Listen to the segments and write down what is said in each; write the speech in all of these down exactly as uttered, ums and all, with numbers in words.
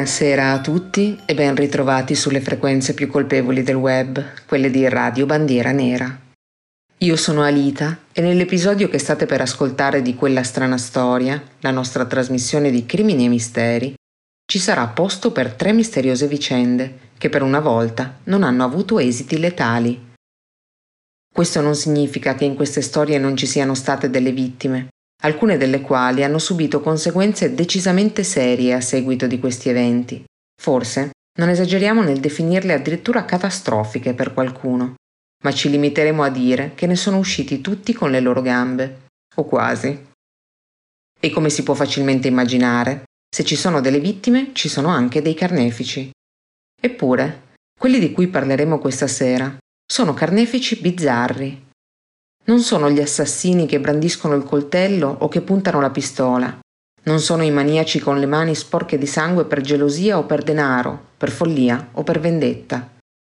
Buonasera a tutti e ben ritrovati sulle frequenze più colpevoli del web, quelle di Radio Bandiera Nera. Io sono Alita e nell'episodio che state per ascoltare di Quella strana storia, la nostra trasmissione di crimini e misteri, ci sarà posto per tre misteriose vicende che per una volta non hanno avuto esiti letali. Questo non significa che in queste storie non ci siano state delle vittime, alcune delle quali hanno subito conseguenze decisamente serie a seguito di questi eventi. Forse non esageriamo nel definirle addirittura catastrofiche per qualcuno, ma ci limiteremo a dire che ne sono usciti tutti con le loro gambe, o quasi. E come si può facilmente immaginare, se ci sono delle vittime ci sono anche dei carnefici. Eppure, quelli di cui parleremo questa sera sono carnefici bizzarri. Non sono gli assassini che brandiscono il coltello o che puntano la pistola. Non sono i maniaci con le mani sporche di sangue per gelosia o per denaro, per follia o per vendetta.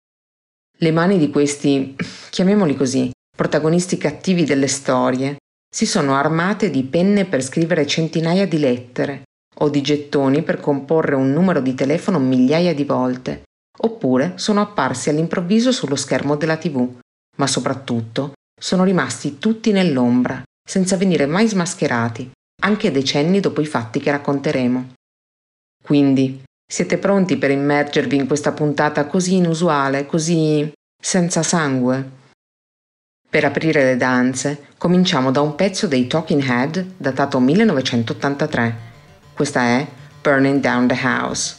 Le mani di questi, chiamiamoli così, protagonisti cattivi delle storie, si sono armate di penne per scrivere centinaia di lettere o di gettoni per comporre un numero di telefono migliaia di volte, oppure sono apparsi all'improvviso sullo schermo della tivù, ma soprattutto sono rimasti tutti nell'ombra, senza venire mai smascherati, anche decenni dopo i fatti che racconteremo. Quindi, siete pronti per immergervi in questa puntata così inusuale, così senza sangue? Per aprire le danze, cominciamo da un pezzo dei Talking Head datato millenovecentottantatré. Questa è Burning Down the House.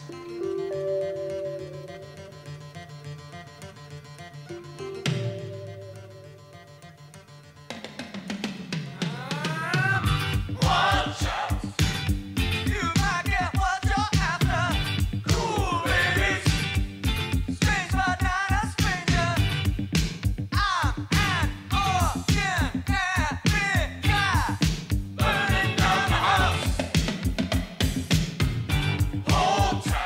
Hold tight.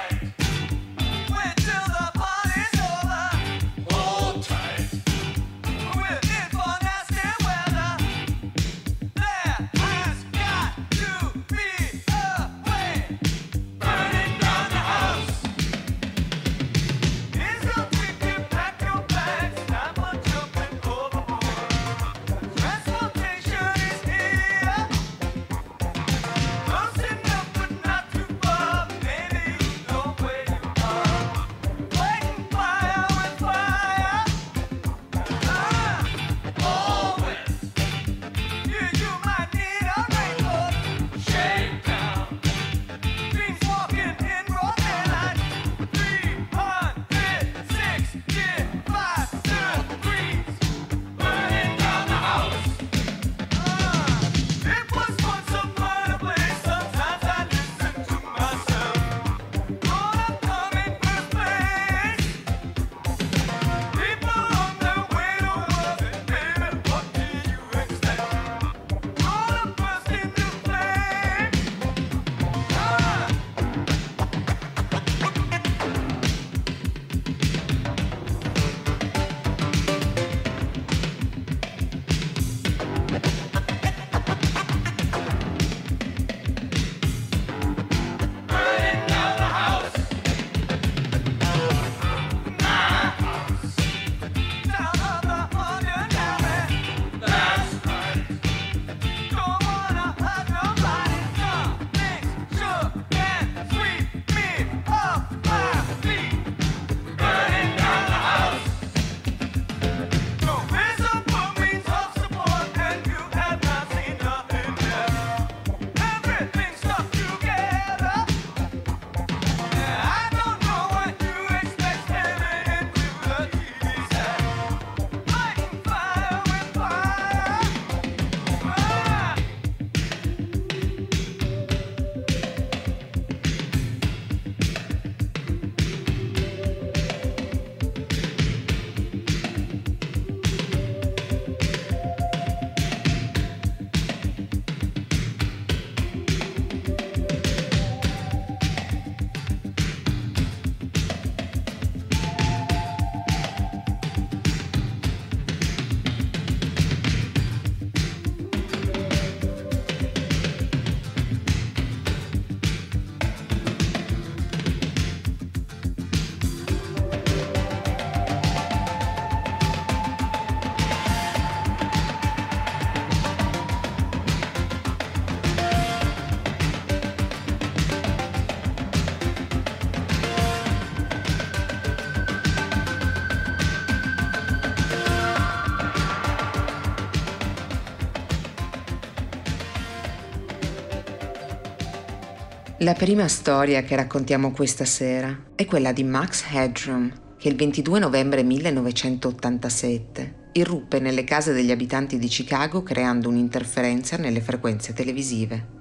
La prima storia che raccontiamo questa sera è quella di Max Headroom, che il ventidue novembre millenovecentottantasette irruppe nelle case degli abitanti di Chicago creando un'interferenza nelle frequenze televisive.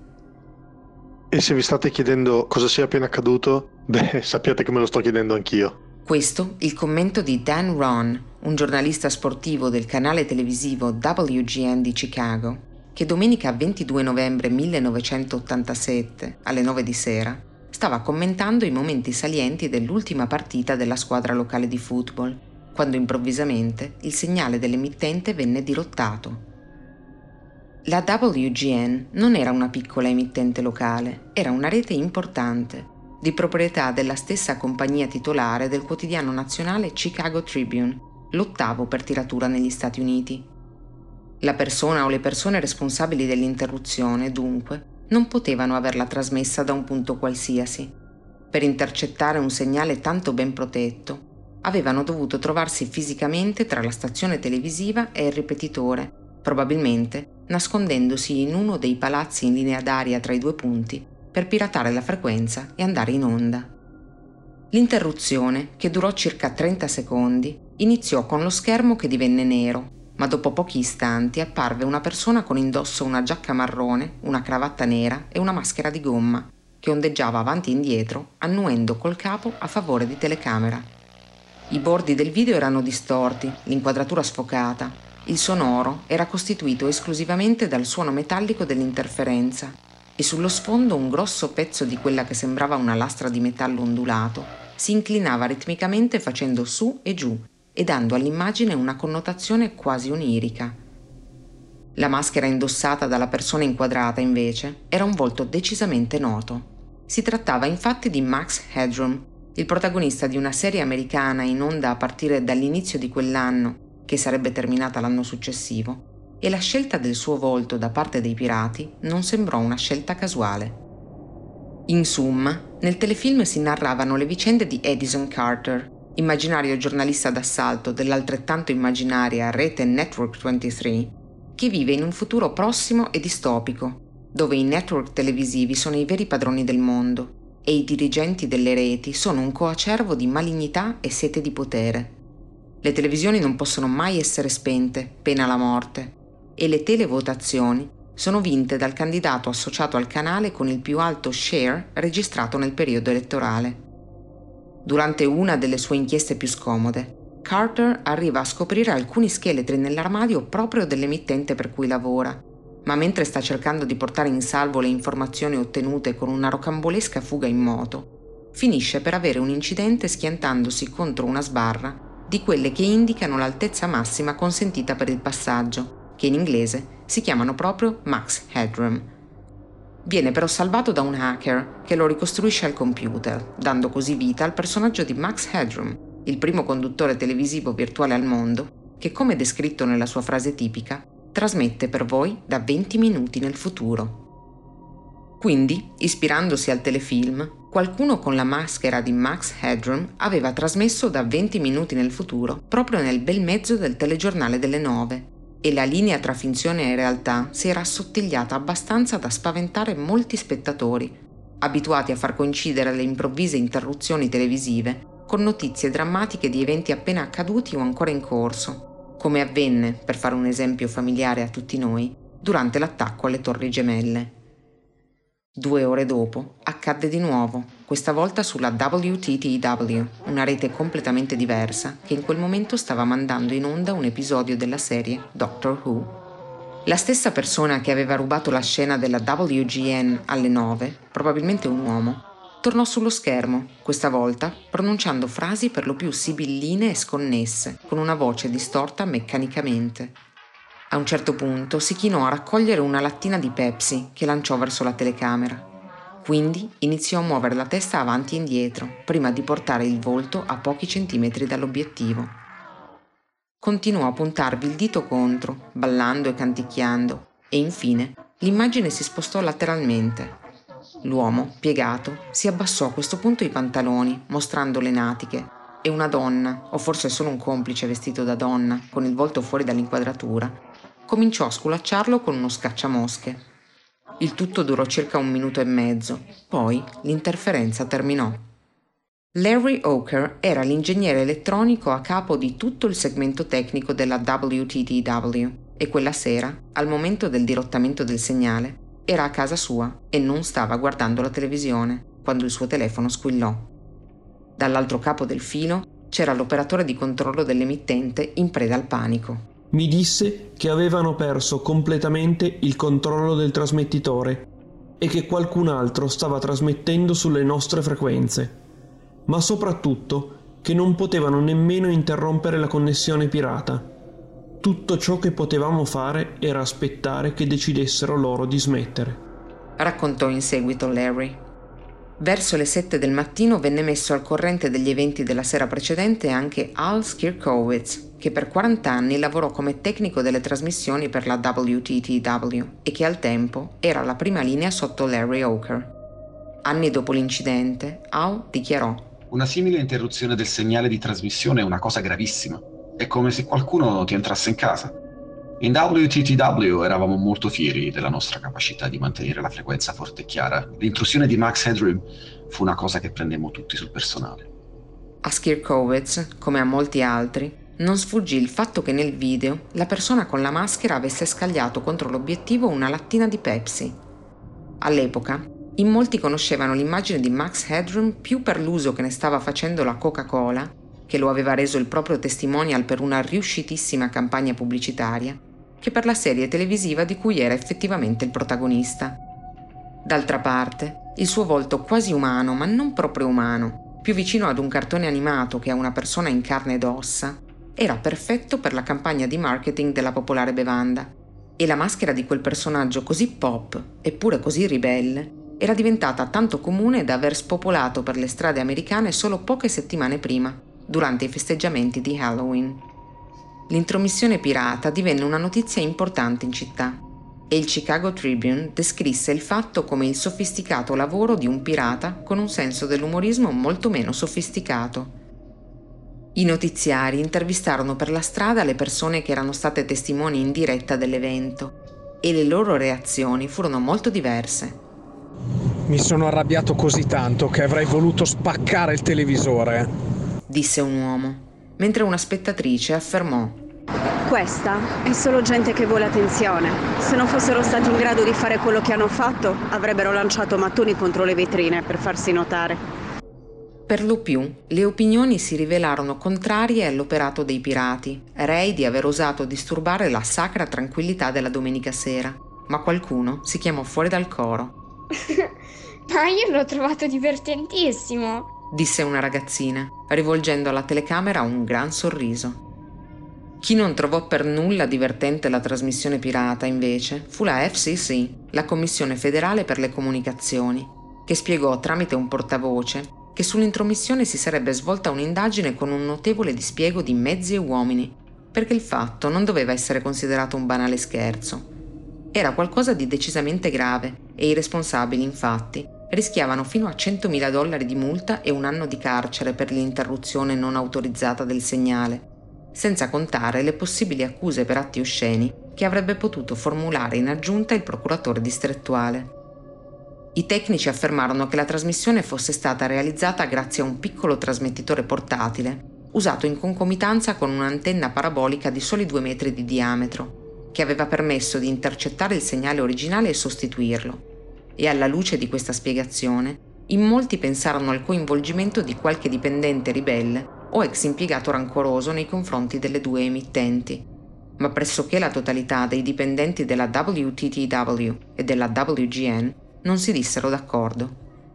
E se vi state chiedendo cosa sia appena accaduto, beh, sappiate che me lo sto chiedendo anch'io. Questo il commento di Dan Ron, un giornalista sportivo del canale televisivo W G N di Chicago, che domenica ventidue novembre millenovecentottantasette, alle nove di sera, stava commentando i momenti salienti dell'ultima partita della squadra locale di football, quando improvvisamente il segnale dell'emittente venne dirottato. La W G N non era una piccola emittente locale, era una rete importante, di proprietà della stessa compagnia titolare del quotidiano nazionale Chicago Tribune, l'ottavo per tiratura negli Stati Uniti. La persona o le persone responsabili dell'interruzione, dunque, non potevano averla trasmessa da un punto qualsiasi. Per intercettare un segnale tanto ben protetto, avevano dovuto trovarsi fisicamente tra la stazione televisiva e il ripetitore, probabilmente nascondendosi in uno dei palazzi in linea d'aria tra i due punti per piratare la frequenza e andare in onda. L'interruzione, che durò circa trenta secondi, iniziò con lo schermo che divenne nero, ma dopo pochi istanti apparve una persona con indosso una giacca marrone, una cravatta nera e una maschera di gomma, che ondeggiava avanti e indietro, annuendo col capo a favore di telecamera. I bordi del video erano distorti, l'inquadratura sfocata. Il sonoro era costituito esclusivamente dal suono metallico dell'interferenza e sullo sfondo un grosso pezzo di quella che sembrava una lastra di metallo ondulato si inclinava ritmicamente facendo su e giù e dando all'immagine una connotazione quasi onirica. La maschera indossata dalla persona inquadrata, invece, era un volto decisamente noto. Si trattava infatti di Max Headroom, il protagonista di una serie americana in onda a partire dall'inizio di quell'anno, che sarebbe terminata l'anno successivo, e la scelta del suo volto da parte dei pirati non sembrò una scelta casuale. Insomma, nel telefilm si narravano le vicende di Edison Carter, immaginario giornalista d'assalto dell'altrettanto immaginaria rete Network ventitré, che vive in un futuro prossimo e distopico, dove i network televisivi sono i veri padroni del mondo e i dirigenti delle reti sono un coacervo di malignità e sete di potere. Le televisioni non possono mai essere spente, pena la morte, e le televotazioni sono vinte dal candidato associato al canale con il più alto share registrato nel periodo elettorale. Durante una delle sue inchieste più scomode, Carter arriva a scoprire alcuni scheletri nell'armadio proprio dell'emittente per cui lavora, ma mentre sta cercando di portare in salvo le informazioni ottenute con una rocambolesca fuga in moto, finisce per avere un incidente schiantandosi contro una sbarra di quelle che indicano l'altezza massima consentita per il passaggio, che in inglese si chiamano proprio Max Headroom. Viene però salvato da un hacker che lo ricostruisce al computer, dando così vita al personaggio di Max Headroom, il primo conduttore televisivo virtuale al mondo, che, come descritto nella sua frase tipica, trasmette per voi da venti minuti nel futuro. Quindi, ispirandosi al telefilm, qualcuno con la maschera di Max Headroom aveva trasmesso da venti minuti nel futuro proprio nel bel mezzo del telegiornale delle nove, e la linea tra finzione e realtà si era assottigliata abbastanza da spaventare molti spettatori, abituati a far coincidere le improvvise interruzioni televisive con notizie drammatiche di eventi appena accaduti o ancora in corso, come avvenne, per fare un esempio familiare a tutti noi, durante l'attacco alle Torri Gemelle. Due ore dopo accadde di nuovo, questa volta sulla W T T W, una rete completamente diversa che in quel momento stava mandando in onda un episodio della serie Doctor Who. La stessa persona che aveva rubato la scena della W G N alle nove, probabilmente un uomo, tornò sullo schermo, questa volta pronunciando frasi per lo più sibilline e sconnesse, con una voce distorta meccanicamente. A un certo punto si chinò a raccogliere una lattina di Pepsi che lanciò verso la telecamera. Quindi iniziò a muovere la testa avanti e indietro, prima di portare il volto a pochi centimetri dall'obiettivo. Continuò a puntarvi il dito contro, ballando e canticchiando, e infine l'immagine si spostò lateralmente. L'uomo, piegato, si abbassò a questo punto i pantaloni, mostrando le natiche, e una donna, o forse solo un complice vestito da donna, con il volto fuori dall'inquadratura, cominciò a sculacciarlo con uno scacciamosche. Il tutto durò circa un minuto e mezzo, poi l'interferenza terminò. Larry Oker era l'ingegnere elettronico a capo di tutto il segmento tecnico della W T T W e quella sera, al momento del dirottamento del segnale, era a casa sua e non stava guardando la televisione quando il suo telefono squillò. Dall'altro capo del filo c'era l'operatore di controllo dell'emittente in preda al panico. Mi disse che avevano perso completamente il controllo del trasmettitore e che qualcun altro stava trasmettendo sulle nostre frequenze, ma soprattutto che non potevano nemmeno interrompere la connessione pirata. Tutto ciò che potevamo fare era aspettare che decidessero loro di smettere. Raccontò in seguito Larry. Verso le sette del mattino venne messo al corrente degli eventi della sera precedente anche Al Skierkowitz, che per quaranta anni lavorò come tecnico delle trasmissioni per la W T T W e che al tempo era alla prima linea sotto Larry Oker. Anni dopo l'incidente, Al dichiarò: "Una simile interruzione del segnale di trasmissione è una cosa gravissima. È come se qualcuno ti entrasse in casa. In W T T W eravamo molto fieri della nostra capacità di mantenere la frequenza forte e chiara. L'intrusione di Max Headroom fu una cosa che prendemmo tutti sul personale." A Skierkowitz, come a molti altri, non sfuggì il fatto che nel video la persona con la maschera avesse scagliato contro l'obiettivo una lattina di Pepsi. All'epoca, in molti conoscevano l'immagine di Max Headroom più per l'uso che ne stava facendo la Coca-Cola, che lo aveva reso il proprio testimonial per una riuscitissima campagna pubblicitaria, che per la serie televisiva di cui era effettivamente il protagonista. D'altra parte, il suo volto quasi umano, ma non proprio umano, più vicino ad un cartone animato che a una persona in carne ed ossa, era perfetto per la campagna di marketing della popolare bevanda, e la maschera di quel personaggio così pop, eppure così ribelle, era diventata tanto comune da aver spopolato per le strade americane solo poche settimane prima, durante i festeggiamenti di Halloween. L'intromissione pirata divenne una notizia importante in città e il Chicago Tribune descrisse il fatto come il sofisticato lavoro di un pirata con un senso dell'umorismo molto meno sofisticato. I notiziari intervistarono per la strada le persone che erano state testimoni in diretta dell'evento e le loro reazioni furono molto diverse. "Mi sono arrabbiato così tanto che avrei voluto spaccare il televisore", disse un uomo, mentre una spettatrice affermò: "Questa è solo gente che vuole attenzione. Se non fossero stati in grado di fare quello che hanno fatto, avrebbero lanciato mattoni contro le vetrine per farsi notare." Per lo più, le opinioni si rivelarono contrarie all'operato dei pirati, rei di aver osato disturbare la sacra tranquillità della domenica sera, ma qualcuno si chiamò fuori dal coro. "Ma io l'ho trovato divertentissimo", disse una ragazzina, rivolgendo alla telecamera un gran sorriso. Chi non trovò per nulla divertente la trasmissione pirata, invece, fu la F C C, la Commissione federale per le comunicazioni, che spiegò tramite un portavoce che sull'intromissione si sarebbe svolta un'indagine con un notevole dispiego di mezzi e uomini, perché il fatto non doveva essere considerato un banale scherzo. Era qualcosa di decisamente grave e i responsabili, infatti, rischiavano fino a centomila dollari di multa e un anno di carcere per l'interruzione non autorizzata del segnale, senza contare le possibili accuse per atti osceni che avrebbe potuto formulare in aggiunta il procuratore distrettuale. I tecnici affermarono che la trasmissione fosse stata realizzata grazie a un piccolo trasmettitore portatile, usato in concomitanza con un'antenna parabolica di soli due metri di diametro, che aveva permesso di intercettare il segnale originale e sostituirlo. E alla luce di questa spiegazione, in molti pensarono al coinvolgimento di qualche dipendente ribelle o ex impiegato rancoroso nei confronti delle due emittenti, ma pressoché la totalità dei dipendenti della W T T W e della W G N non si dissero d'accordo.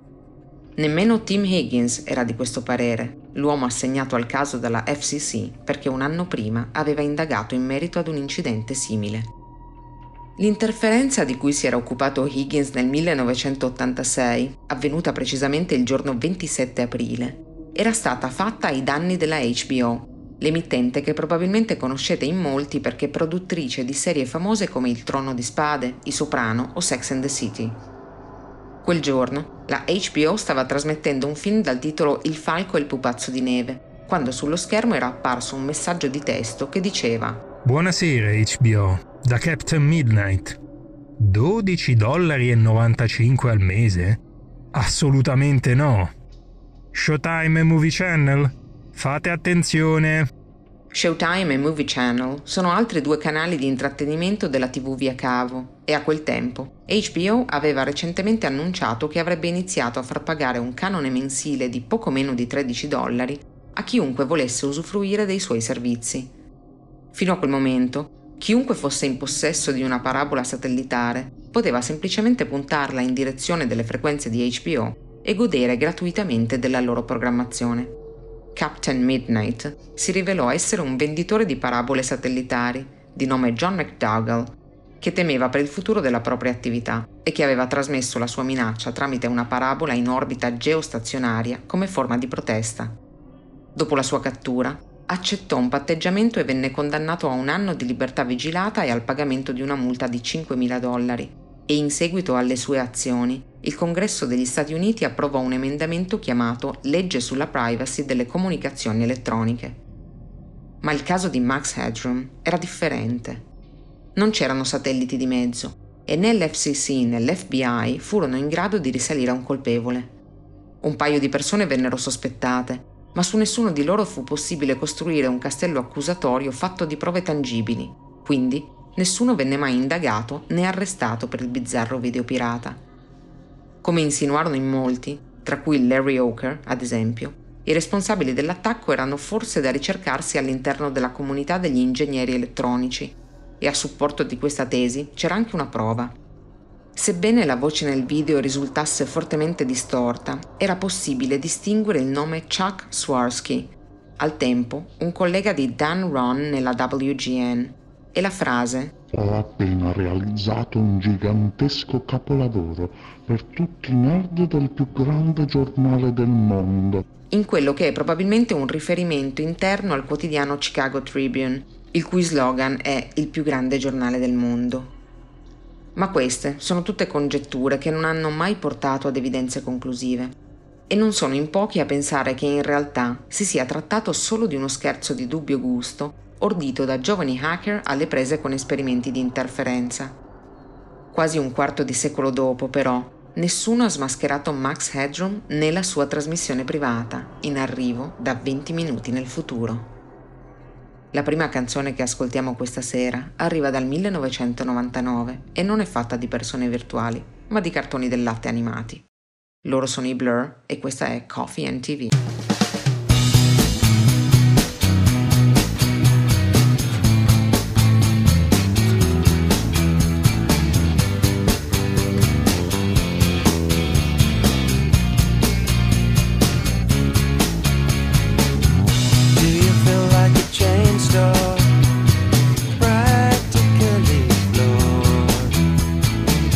Nemmeno Tim Higgins era di questo parere, l'uomo assegnato al caso dalla F C C perché un anno prima aveva indagato in merito ad un incidente simile. L'interferenza di cui si era occupato Higgins nel millenovecentottantasei, avvenuta precisamente il giorno ventisette aprile, era stata fatta ai danni della H B O, l'emittente che probabilmente conoscete in molti perché è produttrice di serie famose come Il Trono di Spade, I Soprano o Sex and the City. Quel giorno la H B O stava trasmettendo un film dal titolo Il falco e il pupazzo di neve, quando sullo schermo era apparso un messaggio di testo che diceva: "Buonasera H B O, da Captain Midnight. dodici dollari e novantacinque al mese? Assolutamente no. Showtime e Movie Channel? Fate attenzione! Showtime e Movie Channel sono altri due canali di intrattenimento della tivù via cavo e a quel tempo H B O aveva recentemente annunciato che avrebbe iniziato a far pagare un canone mensile di poco meno di tredici dollari a chiunque volesse usufruire dei suoi servizi. Fino a quel momento, chiunque fosse in possesso di una parabola satellitare poteva semplicemente puntarla in direzione delle frequenze di H B O e godere gratuitamente della loro programmazione. Captain Midnight si rivelò essere un venditore di parabole satellitari di nome John McDougall, che temeva per il futuro della propria attività e che aveva trasmesso la sua minaccia tramite una parabola in orbita geostazionaria come forma di protesta. Dopo la sua cattura, accettò un patteggiamento e venne condannato a un anno di libertà vigilata e al pagamento di una multa di cinquemila dollari. E in seguito alle sue azioni, il Congresso degli Stati Uniti approvò un emendamento chiamato Legge sulla privacy delle comunicazioni elettroniche. Ma il caso di Max Headroom era differente. Non c'erano satelliti di mezzo e né l'F C C né l'F B I furono in grado di risalire a un colpevole. Un paio di persone vennero sospettate, ma su nessuno di loro fu possibile costruire un castello accusatorio fatto di prove tangibili, quindi nessuno venne mai indagato né arrestato per il bizzarro video pirata. Come insinuarono in molti, tra cui Larry Hoker, ad esempio, i responsabili dell'attacco erano forse da ricercarsi all'interno della comunità degli ingegneri elettronici, e a supporto di questa tesi c'era anche una prova. Sebbene la voce nel video risultasse fortemente distorta, era possibile distinguere il nome Chuck Swirsky, al tempo un collega di Dan Ron nella W G N, e la frase «Ho appena realizzato un gigantesco capolavoro per tutti i nerd del più grande giornale del mondo», in quello che è probabilmente un riferimento interno al quotidiano Chicago Tribune, il cui slogan è «il più grande giornale del mondo». Ma queste sono tutte congetture che non hanno mai portato ad evidenze conclusive. E non sono in pochi a pensare che in realtà si sia trattato solo di uno scherzo di dubbio gusto ordito da giovani hacker alle prese con esperimenti di interferenza. Quasi un quarto di secolo dopo, però, nessuno ha smascherato Max Headroom né la sua trasmissione privata, in arrivo da venti minuti nel futuro. La prima canzone che ascoltiamo questa sera arriva dal millenovecentonovantanove e non è fatta di persone virtuali, ma di cartoni del latte animati. Loro sono i Blur e questa è Coffee and T V.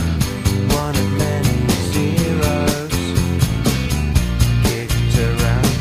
Around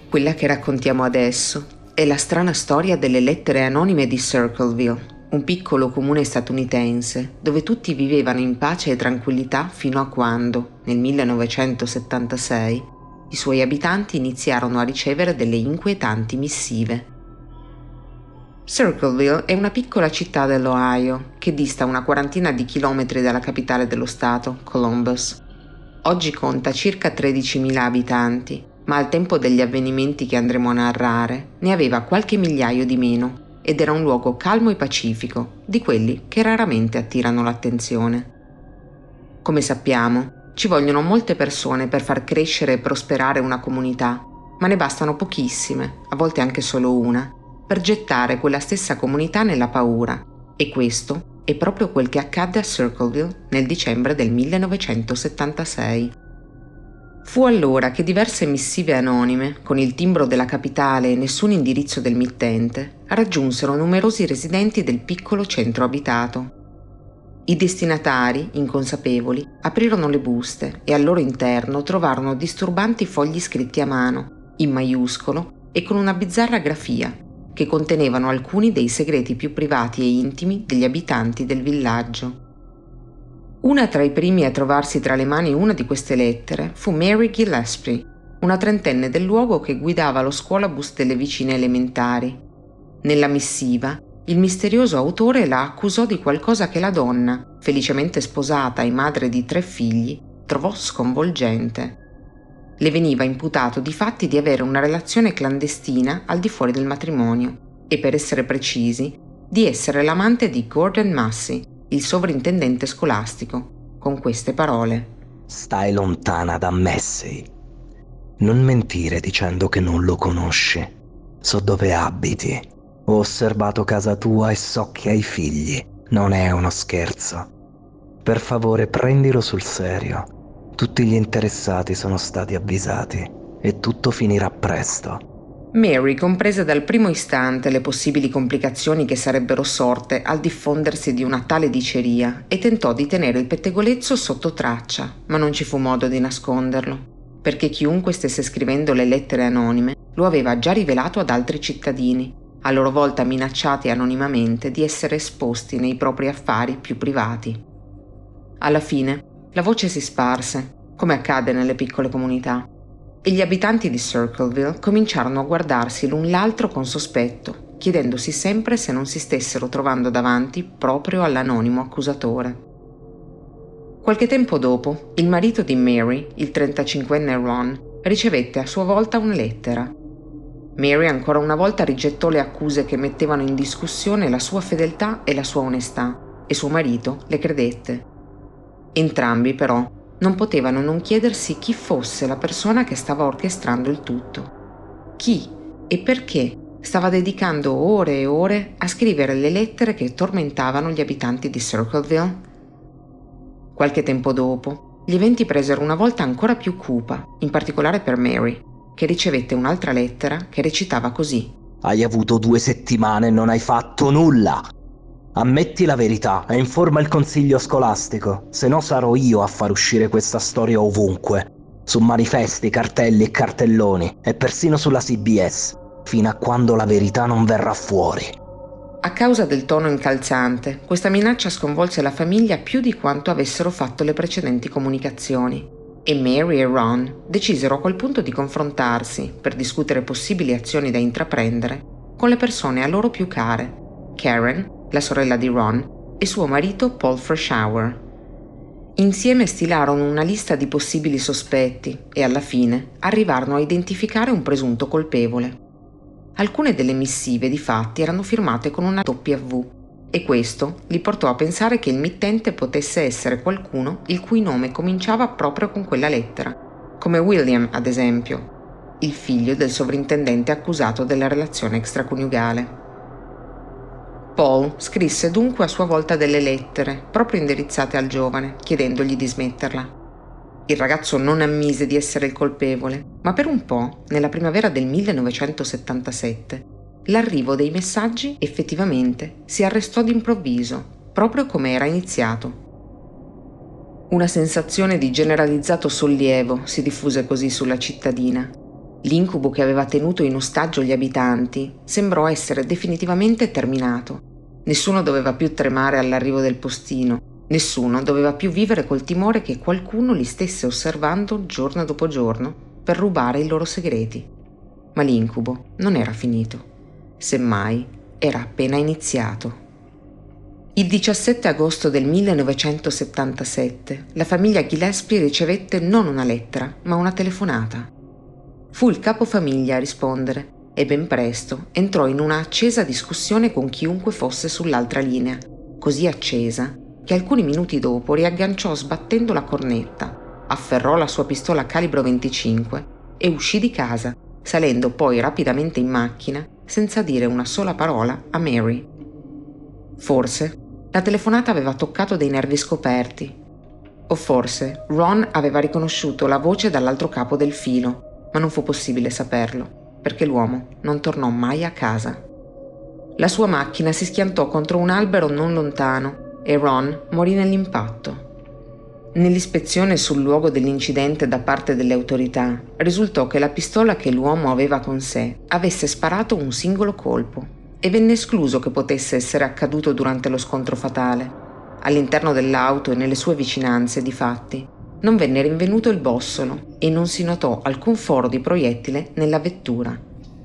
Quella che raccontiamo adesso è la strana storia delle lettere anonime di Circleville, un piccolo comune statunitense dove tutti vivevano in pace e tranquillità fino a quando, nel millenovecentosettantasei, i suoi abitanti iniziarono a ricevere delle inquietanti missive. Circleville è una piccola città dell'Ohio che dista una quarantina di chilometri dalla capitale dello stato, Columbus. Oggi conta circa tredicimila abitanti, ma al tempo degli avvenimenti che andremo a narrare ne aveva qualche migliaio di meno ed era un luogo calmo e pacifico, di quelli che raramente attirano l'attenzione. Come sappiamo, ci vogliono molte persone per far crescere e prosperare una comunità, ma ne bastano pochissime, a volte anche solo una, per gettare quella stessa comunità nella paura, e questo è proprio quel che accadde a Circleville nel dicembre del millenovecentosettantasei. Fu allora che diverse missive anonime, con il timbro della capitale e nessun indirizzo del mittente, raggiunsero numerosi residenti del piccolo centro abitato. I destinatari, inconsapevoli, aprirono le buste e al loro interno trovarono disturbanti fogli scritti a mano, in maiuscolo e con una bizzarra grafia, che contenevano alcuni dei segreti più privati e intimi degli abitanti del villaggio. Una tra i primi a trovarsi tra le mani una di queste lettere fu Mary Gillespie, una trentenne del luogo che guidava lo scuolabus delle vicine elementari. Nella missiva, il misterioso autore la accusò di qualcosa che la donna, felicemente sposata e madre di tre figli, trovò sconvolgente. Le veniva imputato di fatti di avere una relazione clandestina al di fuori del matrimonio e, per essere precisi, di essere l'amante di Gordon Massey, il sovrintendente scolastico, con queste parole: «Stai lontana da Massey. Non mentire dicendo che non lo conosci. So dove abiti. Ho osservato casa tua e so che hai figli. Non è uno scherzo. Per favore prendilo sul serio. Tutti gli interessati sono stati avvisati e tutto finirà presto». Mary comprese dal primo istante le possibili complicazioni che sarebbero sorte al diffondersi di una tale diceria e tentò di tenere il pettegolezzo sotto traccia, ma non ci fu modo di nasconderlo, perché chiunque stesse scrivendo le lettere anonime lo aveva già rivelato ad altri cittadini, a loro volta minacciati anonimamente di essere esposti nei propri affari più privati. Alla fine, la voce si sparse, come accade nelle piccole comunità, e gli abitanti di Circleville cominciarono a guardarsi l'un l'altro con sospetto, chiedendosi sempre se non si stessero trovando davanti proprio all'anonimo accusatore. Qualche tempo dopo, il marito di Mary, il trentacinquenne Ron, ricevette a sua volta una lettera. Mary ancora una volta rigettò le accuse che mettevano in discussione la sua fedeltà e la sua onestà, e suo marito le credette. Entrambi, però, non potevano non chiedersi chi fosse la persona che stava orchestrando il tutto. Chi e perché stava dedicando ore e ore a scrivere le lettere che tormentavano gli abitanti di Circleville? Qualche tempo dopo, gli eventi presero una volta ancora più cupa, in particolare per Mary, che ricevette un'altra lettera che recitava così: «Hai avuto due settimane e non hai fatto nulla. Ammetti la verità e informa il consiglio scolastico, se no sarò io a far uscire questa storia ovunque, su manifesti, cartelli e cartelloni, e persino sulla C B S, fino a quando la verità non verrà fuori». A causa del tono incalzante, questa minaccia sconvolse la famiglia più di quanto avessero fatto le precedenti comunicazioni, e Mary e Ron decisero a quel punto di confrontarsi per discutere possibili azioni da intraprendere con le persone a loro più care, Karen, la sorella di Ron, e suo marito Paul Freshour. Insieme stilarono una lista di possibili sospetti e alla fine arrivarono a identificare un presunto colpevole. Alcune delle missive difatti erano firmate con una W e questo li portò a pensare che il mittente potesse essere qualcuno il cui nome cominciava proprio con quella lettera, come William ad esempio, il figlio del sovrintendente accusato della relazione extraconiugale. Paul scrisse dunque a sua volta delle lettere, proprio indirizzate al giovane, chiedendogli di smetterla. Il ragazzo non ammise di essere il colpevole, ma per un po', nella primavera del millenovecentosettantasette, l'arrivo dei messaggi effettivamente si arrestò d'improvviso, proprio come era iniziato. Una sensazione di generalizzato sollievo si diffuse così sulla cittadina. L'incubo che aveva tenuto in ostaggio gli abitanti sembrò essere definitivamente terminato. Nessuno doveva più tremare all'arrivo del postino, nessuno doveva più vivere col timore che qualcuno li stesse osservando giorno dopo giorno per rubare i loro segreti. Ma l'incubo non era finito. Semmai era appena iniziato. Il diciassette agosto del millenovecentosettantasette la famiglia Gillespie ricevette non una lettera, ma una telefonata. Fu il capofamiglia a rispondere e ben presto entrò in una accesa discussione con chiunque fosse sull'altra linea, così accesa che alcuni minuti dopo riagganciò sbattendo la cornetta, afferrò la sua pistola calibro venticinque e uscì di casa, salendo poi rapidamente in macchina senza dire una sola parola a Mary. Forse la telefonata aveva toccato dei nervi scoperti, o forse Ron aveva riconosciuto la voce dall'altro capo del filo, ma non fu possibile saperlo, perché l'uomo non tornò mai a casa. La sua macchina si schiantò contro un albero non lontano e Ron morì nell'impatto. Nell'ispezione sul luogo dell'incidente da parte delle autorità, risultò che la pistola che l'uomo aveva con sé avesse sparato un singolo colpo e venne escluso che potesse essere accaduto durante lo scontro fatale. All'interno dell'auto e nelle sue vicinanze, difatti, non venne rinvenuto il bossolo e non si notò alcun foro di proiettile nella vettura.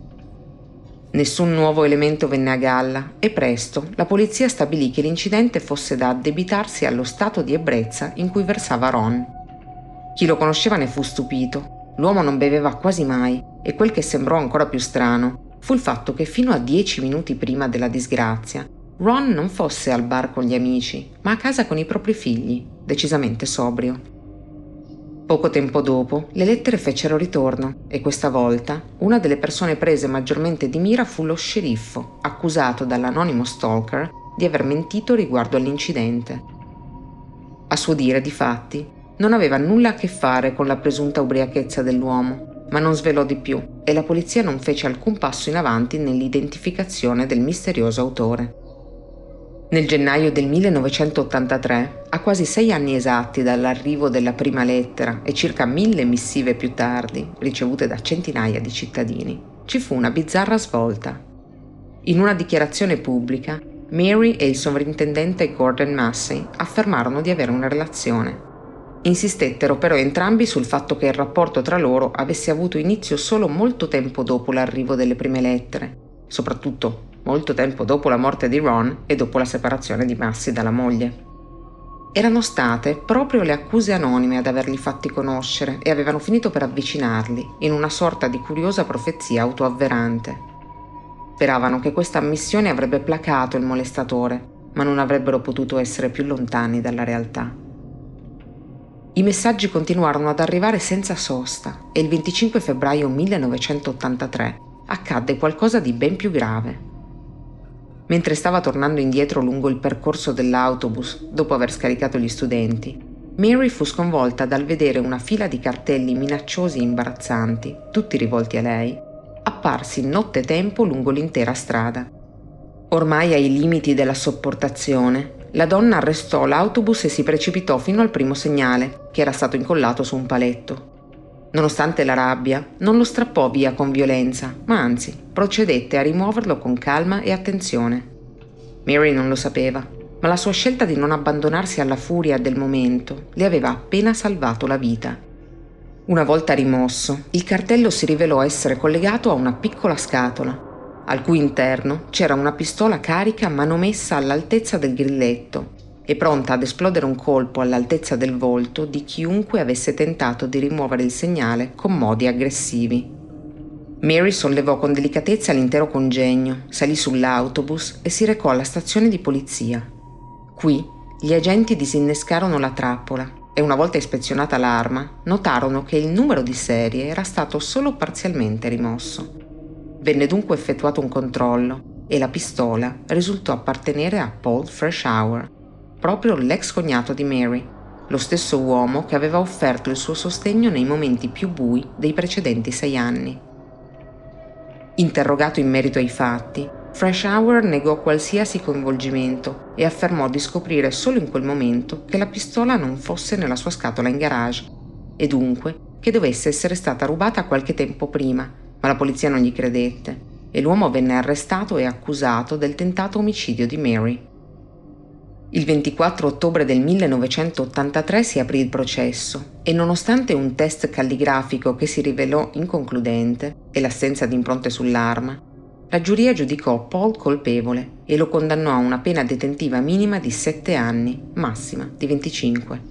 Nessun nuovo elemento venne a galla e presto la polizia stabilì che l'incidente fosse da addebitarsi allo stato di ebbrezza in cui versava Ron. Chi lo conosceva ne fu stupito. L'uomo non beveva quasi mai e quel che sembrò ancora più strano fu il fatto che fino a dieci minuti prima della disgrazia Ron non fosse al bar con gli amici, ma a casa con i propri figli, decisamente sobrio. Poco tempo dopo, le lettere fecero ritorno e questa volta una delle persone prese maggiormente di mira fu lo sceriffo, accusato dall'anonimo stalker di aver mentito riguardo all'incidente. A suo dire, difatti, non aveva nulla a che fare con la presunta ubriachezza dell'uomo, ma non svelò di più e la polizia non fece alcun passo in avanti nell'identificazione del misterioso autore. Nel gennaio del millenovecentottantatré, a quasi sei anni esatti dall'arrivo della prima lettera e circa mille missive più tardi, ricevute da centinaia di cittadini, ci fu una bizzarra svolta. In una dichiarazione pubblica, Mary e il sovrintendente Gordon Massey affermarono di avere una relazione. Insistettero però entrambi sul fatto che il rapporto tra loro avesse avuto inizio solo molto tempo dopo l'arrivo delle prime lettere, soprattutto molto tempo dopo la morte di Ron e dopo la separazione di Massey dalla moglie. Erano state proprio le accuse anonime ad averli fatti conoscere e avevano finito per avvicinarli in una sorta di curiosa profezia autoavverante. Speravano che questa ammissione avrebbe placato il molestatore, ma non avrebbero potuto essere più lontani dalla realtà. I messaggi continuarono ad arrivare senza sosta e il venticinque febbraio millenovecentottantatré accadde qualcosa di ben più grave. Mentre stava tornando indietro lungo il percorso dell'autobus, dopo aver scaricato gli studenti, Mary fu sconvolta dal vedere una fila di cartelli minacciosi e imbarazzanti, tutti rivolti a lei, apparsi nottetempo lungo l'intera strada. Ormai ai limiti della sopportazione, la donna arrestò l'autobus e si precipitò fino al primo segnale, che era stato incollato su un paletto. Nonostante la rabbia, non lo strappò via con violenza, ma anzi procedette a rimuoverlo con calma e attenzione. Mary non lo sapeva, ma la sua scelta di non abbandonarsi alla furia del momento le aveva appena salvato la vita. Una volta rimosso, il cartello si rivelò essere collegato a una piccola scatola, al cui interno c'era una pistola carica manomessa all'altezza del grilletto e pronta ad esplodere un colpo all'altezza del volto di chiunque avesse tentato di rimuovere il segnale con modi aggressivi. Mary sollevò con delicatezza l'intero congegno, salì sull'autobus e si recò alla stazione di polizia. Qui gli agenti disinnescarono la trappola e una volta ispezionata l'arma, notarono che il numero di serie era stato solo parzialmente rimosso. Venne dunque effettuato un controllo e la pistola risultò appartenere a Paul Freshour, proprio l'ex cognato di Mary, lo stesso uomo che aveva offerto il suo sostegno nei momenti più bui dei precedenti sei anni. Interrogato in merito ai fatti, Freshour negò qualsiasi coinvolgimento e affermò di scoprire solo in quel momento che la pistola non fosse nella sua scatola in garage e dunque che dovesse essere stata rubata qualche tempo prima, ma la polizia non gli credette e l'uomo venne arrestato e accusato del tentato omicidio di Mary. Il ventiquattro ottobre del millenovecentottantatré si aprì il processo e nonostante un test calligrafico che si rivelò inconcludente e l'assenza di impronte sull'arma, la giuria giudicò Paul colpevole e lo condannò a una pena detentiva minima di sette anni, massima di venticinque.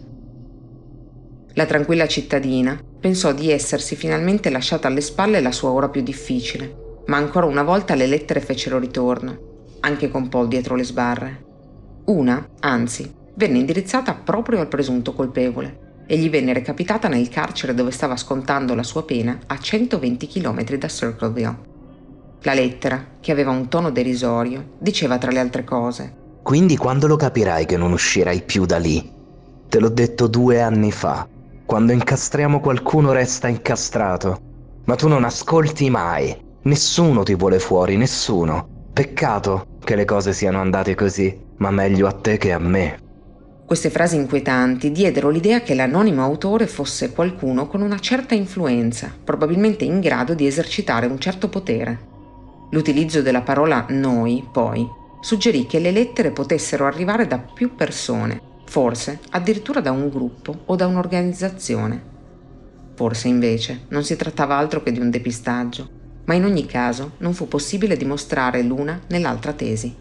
La tranquilla cittadina pensò di essersi finalmente lasciata alle spalle la sua ora più difficile, ma ancora una volta le lettere fecero ritorno, anche con Paul dietro le sbarre. Una, anzi, venne indirizzata proprio al presunto colpevole e gli venne recapitata nel carcere dove stava scontando la sua pena a centoventi chilometri da Circleville. La lettera, che aveva un tono derisorio, diceva tra le altre cose: Quindi quando lo capirai che non uscirai più da lì? Te l'ho detto due anni fa. Quando incastriamo qualcuno resta incastrato. Ma tu non ascolti mai. Nessuno ti vuole fuori, nessuno. Peccato che le cose siano andate così, ma meglio a te che a me. Queste frasi inquietanti diedero l'idea che l'anonimo autore fosse qualcuno con una certa influenza, probabilmente in grado di esercitare un certo potere. L'utilizzo della parola noi, poi, suggerì che le lettere potessero arrivare da più persone, forse addirittura da un gruppo o da un'organizzazione. Forse invece non si trattava altro che di un depistaggio, ma in ogni caso non fu possibile dimostrare l'una nell'altra tesi.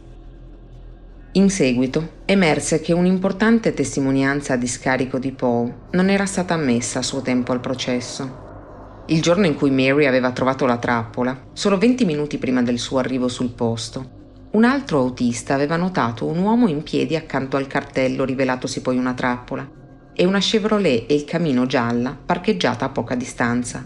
In seguito emerse che un'importante testimonianza a discarico di Paul non era stata ammessa a suo tempo al processo. Il giorno in cui Mary aveva trovato la trappola, solo venti minuti prima del suo arrivo sul posto, un altro autista aveva notato un uomo in piedi accanto al cartello rivelatosi poi una trappola e una Chevrolet El Camino gialla parcheggiata a poca distanza.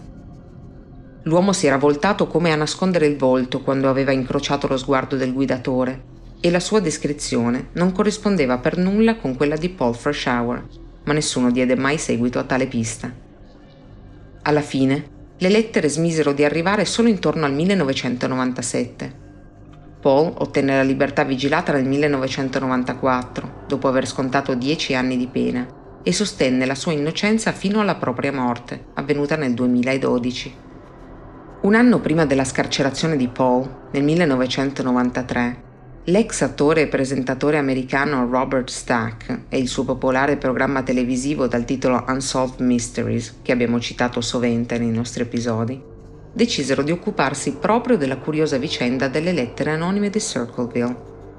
L'uomo si era voltato come a nascondere il volto quando aveva incrociato lo sguardo del guidatore e la sua descrizione non corrispondeva per nulla con quella di Paul Freshour, ma nessuno diede mai seguito a tale pista. Alla fine, le lettere smisero di arrivare solo intorno al millenovecentonovantasette. Paul ottenne la libertà vigilata nel millenovecentonovantaquattro, dopo aver scontato dieci anni di pena, e sostenne la sua innocenza fino alla propria morte, avvenuta nel duemiladodici. Un anno prima della scarcerazione di Paul, nel millenovecentonovantatré, l'ex attore e presentatore americano Robert Stack e il suo popolare programma televisivo dal titolo Unsolved Mysteries, che abbiamo citato sovente nei nostri episodi, decisero di occuparsi proprio della curiosa vicenda delle lettere anonime di Circleville.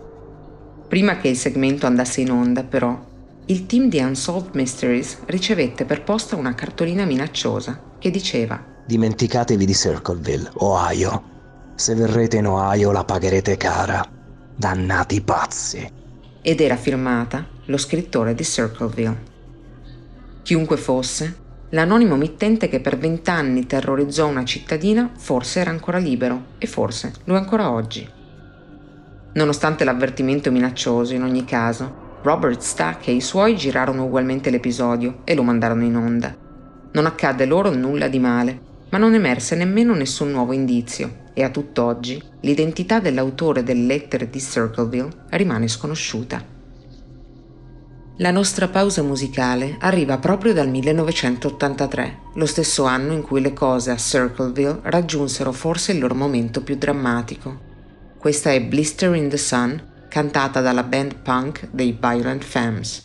Prima che il segmento andasse in onda, però, il team di Unsolved Mysteries ricevette per posta una cartolina minacciosa che diceva: Dimenticatevi di Circleville, Ohio. Se verrete in Ohio la pagherete cara. Dannati pazzi. Ed era firmata lo scrittore di Circleville. Chiunque fosse, l'anonimo mittente che per vent'anni terrorizzò una cittadina forse era ancora libero e forse lo è ancora oggi. Nonostante l'avvertimento minaccioso, in ogni caso, Robert Stack e i suoi girarono ugualmente l'episodio e lo mandarono in onda. Non accadde loro nulla di male, ma non emerse nemmeno nessun nuovo indizio e a tutt'oggi l'identità dell'autore delle lettere di Circleville rimane sconosciuta. La nostra pausa musicale arriva proprio dal millenovecentottantatré, lo stesso anno in cui le cose a Circleville raggiunsero forse il loro momento più drammatico. Questa è Blister in the Sun, cantata dalla band punk dei Violent Femmes.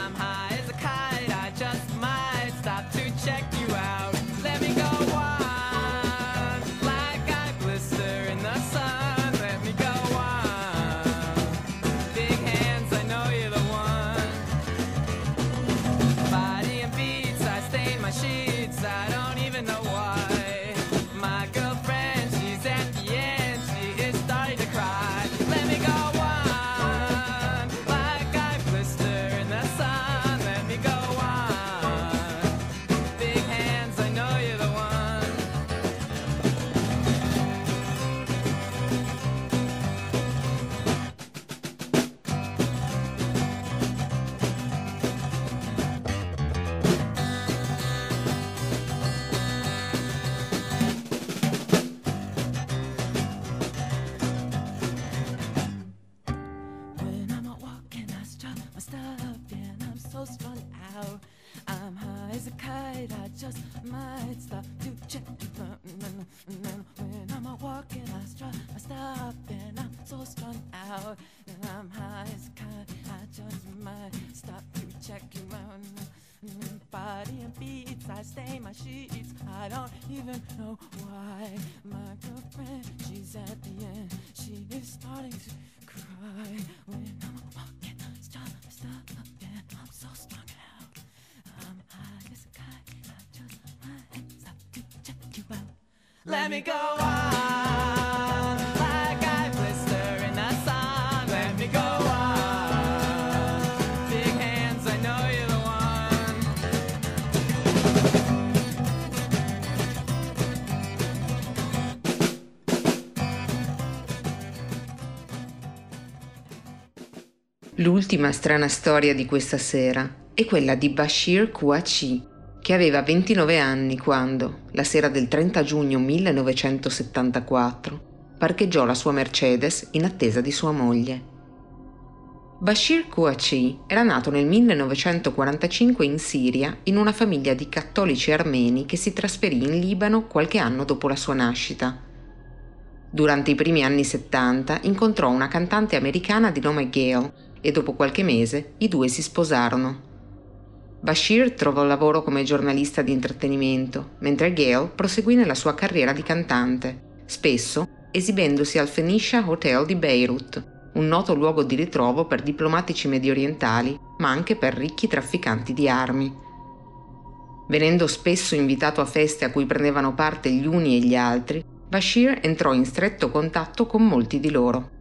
Check you out. Let me go wild. just might stop to check. When I'm walking, I strut, I stop, and I'm so strung out, and I'm high as a kite. I just might stop to check you out. Body and beats, I stain my sheets. I don't even know why. My girlfriend, she's at the end. She is starting to cry. When I'm walking, stop, stop, and I'm so strung out. I'm high as a kite. I just might stop to check you out. Let me go on, like I blister in the sun. Let me go on, big hands, I know you're the one. L'ultima strana storia di questa sera è quella di Bashir Kouachi, che aveva ventinove anni quando, la sera del trenta giugno millenovecentosettantaquattro, parcheggiò la sua Mercedes in attesa di sua moglie. Bashir Kouachi era nato nel millenovecentoquarantacinque in Siria in una famiglia di cattolici armeni che si trasferì in Libano qualche anno dopo la sua nascita. Durante i primi anni settanta incontrò una cantante americana di nome Gail e dopo qualche mese i due si sposarono. Bashir trovò lavoro come giornalista di intrattenimento, mentre Gail proseguì nella sua carriera di cantante, spesso esibendosi al Phoenicia Hotel di Beirut, un noto luogo di ritrovo per diplomatici mediorientali, ma anche per ricchi trafficanti di armi. Venendo spesso invitato a feste a cui prendevano parte gli uni e gli altri, Bashir entrò in stretto contatto con molti di loro.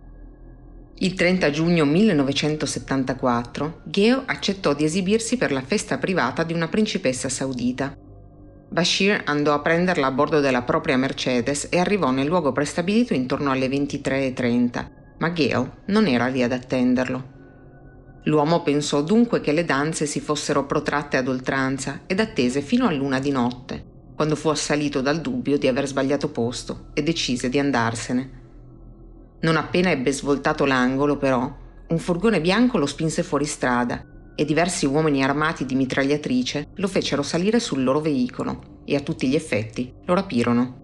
Il trenta giugno millenovecentosettantaquattro, Gail accettò di esibirsi per la festa privata di una principessa saudita. Bashir andò a prenderla a bordo della propria Mercedes e arrivò nel luogo prestabilito intorno alle ventitré e trenta, ma Gail non era lì ad attenderlo. L'uomo pensò dunque che le danze si fossero protratte ad oltranza ed attese fino a l'una di notte, quando fu assalito dal dubbio di aver sbagliato posto e decise di andarsene. Non appena ebbe svoltato l'angolo, però, un furgone bianco lo spinse fuori strada e diversi uomini armati di mitragliatrice lo fecero salire sul loro veicolo e a tutti gli effetti lo rapirono.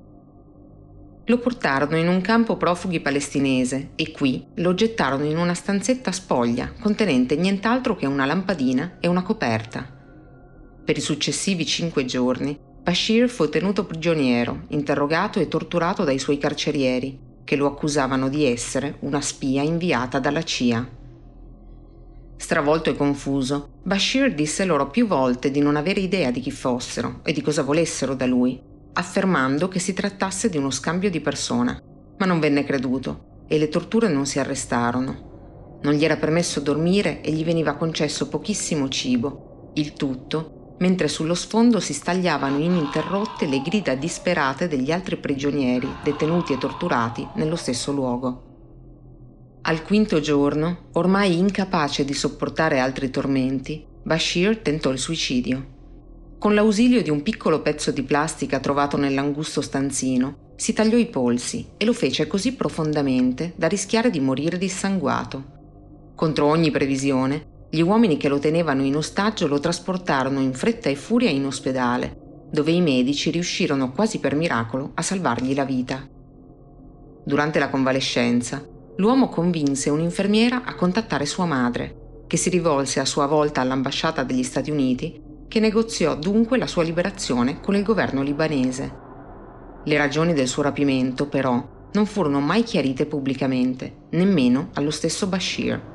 Lo portarono in un campo profughi palestinese e qui lo gettarono in una stanzetta spoglia contenente nient'altro che una lampadina e una coperta. Per i successivi cinque giorni, Bashir fu tenuto prigioniero, interrogato e torturato dai suoi carcerieri, che lo accusavano di essere una spia inviata dalla C I A. Stravolto e confuso, Bashir disse loro più volte di non avere idea di chi fossero e di cosa volessero da lui, affermando che si trattasse di uno scambio di persona, ma non venne creduto e le torture non si arrestarono. Non gli era permesso dormire e gli veniva concesso pochissimo cibo, il tutto mentre sullo sfondo si stagliavano ininterrotte le grida disperate degli altri prigionieri detenuti e torturati nello stesso luogo. Al quinto giorno, ormai incapace di sopportare altri tormenti, Bashir tentò il suicidio. Con l'ausilio di un piccolo pezzo di plastica trovato nell'angusto stanzino, si tagliò i polsi e lo fece così profondamente da rischiare di morire dissanguato. Contro ogni previsione, gli uomini che lo tenevano in ostaggio lo trasportarono in fretta e furia in ospedale, dove i medici riuscirono quasi per miracolo a salvargli la vita. Durante la convalescenza, l'uomo convinse un'infermiera a contattare sua madre, che si rivolse a sua volta all'ambasciata degli Stati Uniti, che negoziò dunque la sua liberazione con il governo libanese. Le ragioni del suo rapimento, però, non furono mai chiarite pubblicamente, nemmeno allo stesso Bashir.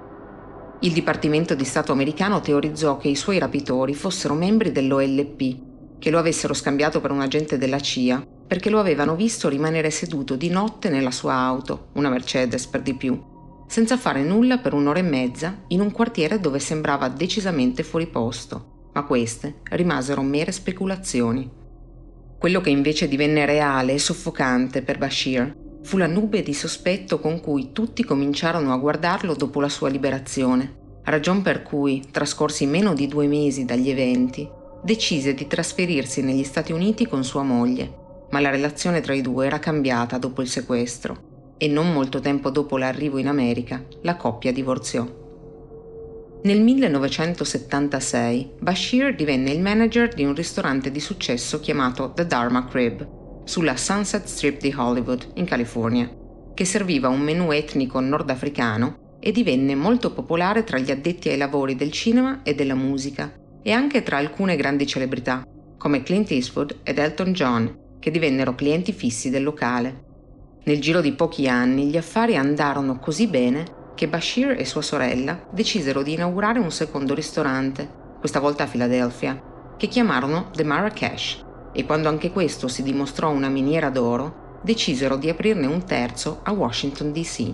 Il Dipartimento di Stato americano teorizzò che i suoi rapitori fossero membri dell'O L P, che lo avessero scambiato per un agente della C I A perché lo avevano visto rimanere seduto di notte nella sua auto, una Mercedes per di più, senza fare nulla per un'ora e mezza in un quartiere dove sembrava decisamente fuori posto, ma queste rimasero mere speculazioni. Quello che invece divenne reale e soffocante per Bashir fu la nube di sospetto con cui tutti cominciarono a guardarlo dopo la sua liberazione, ragion per cui, trascorsi meno di due mesi dagli eventi, decise di trasferirsi negli Stati Uniti con sua moglie, ma la relazione tra i due era cambiata dopo il sequestro e non molto tempo dopo l'arrivo in America la coppia divorziò. Nel millenovecentosettantasei Bashir divenne il manager di un ristorante di successo chiamato The Dharma Crib, sulla Sunset Strip di Hollywood, in California, che serviva un menù etnico nordafricano e divenne molto popolare tra gli addetti ai lavori del cinema e della musica, e anche tra alcune grandi celebrità, come Clint Eastwood ed Elton John, che divennero clienti fissi del locale. Nel giro di pochi anni gli affari andarono così bene che Bashir e sua sorella decisero di inaugurare un secondo ristorante, questa volta a Filadelfia, che chiamarono The Marrakesh, e quando anche questo si dimostrò una miniera d'oro, decisero di aprirne un terzo a Washington D C.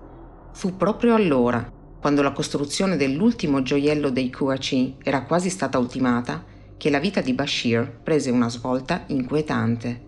Fu proprio allora, quando la costruzione dell'ultimo gioiello dei Q A C era quasi stata ultimata, che la vita di Bashir prese una svolta inquietante.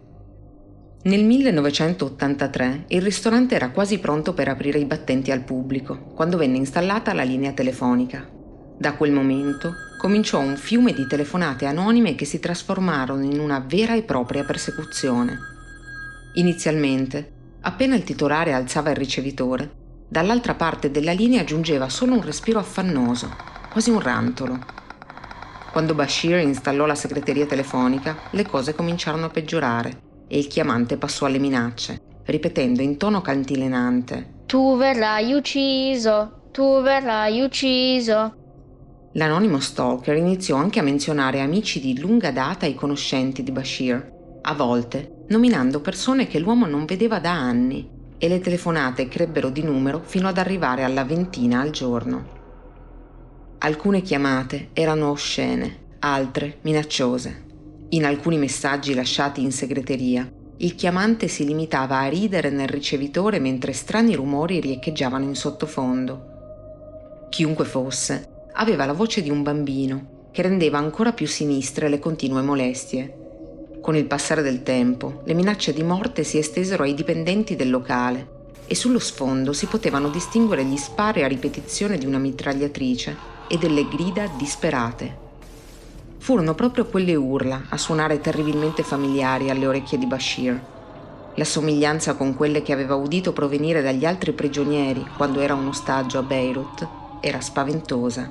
Nel millenovecentottantatré il ristorante era quasi pronto per aprire i battenti al pubblico, quando venne installata la linea telefonica. Da quel momento cominciò un fiume di telefonate anonime che si trasformarono in una vera e propria persecuzione. Inizialmente, appena il titolare alzava il ricevitore, dall'altra parte della linea giungeva solo un respiro affannoso, quasi un rantolo. Quando Bashir installò la segreteria telefonica, le cose cominciarono a peggiorare e il chiamante passò alle minacce, ripetendo in tono cantilenante: Tu verrai ucciso, tu verrai ucciso. L'anonimo stalker iniziò anche a menzionare amici di lunga data e conoscenti di Bashir, a volte nominando persone che l'uomo non vedeva da anni, e le telefonate crebbero di numero fino ad arrivare alla ventina al giorno. Alcune chiamate erano oscene, altre minacciose. In alcuni messaggi lasciati in segreteria, il chiamante si limitava a ridere nel ricevitore mentre strani rumori riecheggiavano in sottofondo. Chiunque fosse, aveva la voce di un bambino, che rendeva ancora più sinistre le continue molestie. Con il passare del tempo, le minacce di morte si estesero ai dipendenti del locale e sullo sfondo si potevano distinguere gli spari a ripetizione di una mitragliatrice e delle grida disperate. Furono proprio quelle urla a suonare terribilmente familiari alle orecchie di Bashir. La somiglianza con quelle che aveva udito provenire dagli altri prigionieri quando era un ostaggio a Beirut era spaventosa.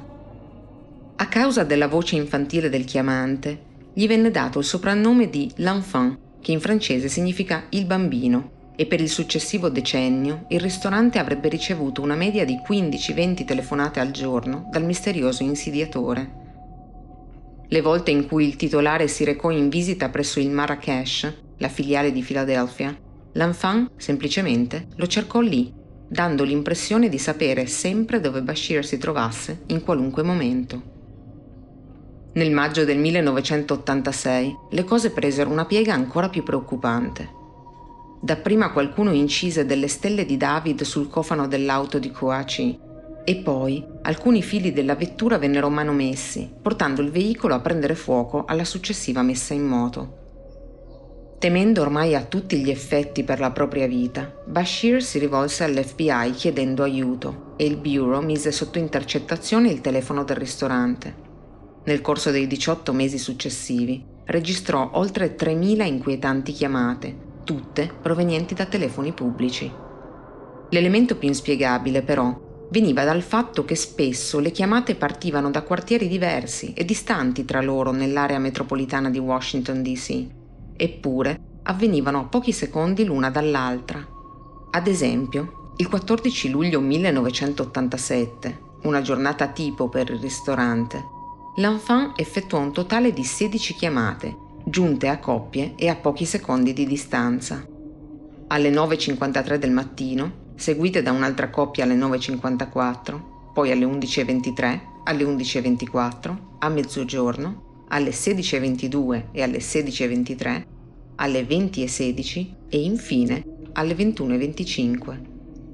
A causa della voce infantile del chiamante, gli venne dato il soprannome di l'enfant, che in francese significa il bambino, e per il successivo decennio il ristorante avrebbe ricevuto una media di quindici venti telefonate al giorno dal misterioso insidiatore. Le volte in cui il titolare si recò in visita presso il Marrakesh, la filiale di Filadelfia, l'enfant semplicemente lo cercò lì, dando l'impressione di sapere sempre dove Bashir si trovasse in qualunque momento. Nel maggio del millenovecentottantasei le cose presero una piega ancora più preoccupante. Dapprima qualcuno incise delle stelle di David sul cofano dell'auto di Q A C, e poi alcuni fili della vettura vennero manomessi, portando il veicolo a prendere fuoco alla successiva messa in moto. Temendo ormai a tutti gli effetti per la propria vita, Bashir si rivolse all'F B I chiedendo aiuto e il Bureau mise sotto intercettazione il telefono del ristorante. Nel corso dei diciotto mesi successivi registrò oltre tremila inquietanti chiamate, tutte provenienti da telefoni pubblici. L'elemento più inspiegabile, però, veniva dal fatto che spesso le chiamate partivano da quartieri diversi e distanti tra loro nell'area metropolitana di Washington D C, eppure avvenivano a pochi secondi l'una dall'altra. Ad esempio, il quattordici luglio millenovecentottantasette, una giornata tipo per il ristorante, l'enfant effettuò un totale di sedici chiamate, giunte a coppie e a pochi secondi di distanza. Alle nove e cinquantatré del mattino, seguite da un'altra coppia alle nove e cinquantaquattro, poi alle undici e ventitré, alle undici e ventiquattro, a mezzogiorno, alle sedici e ventidue e alle sedici e ventitré, alle venti e sedici e infine alle ventuno e venticinque.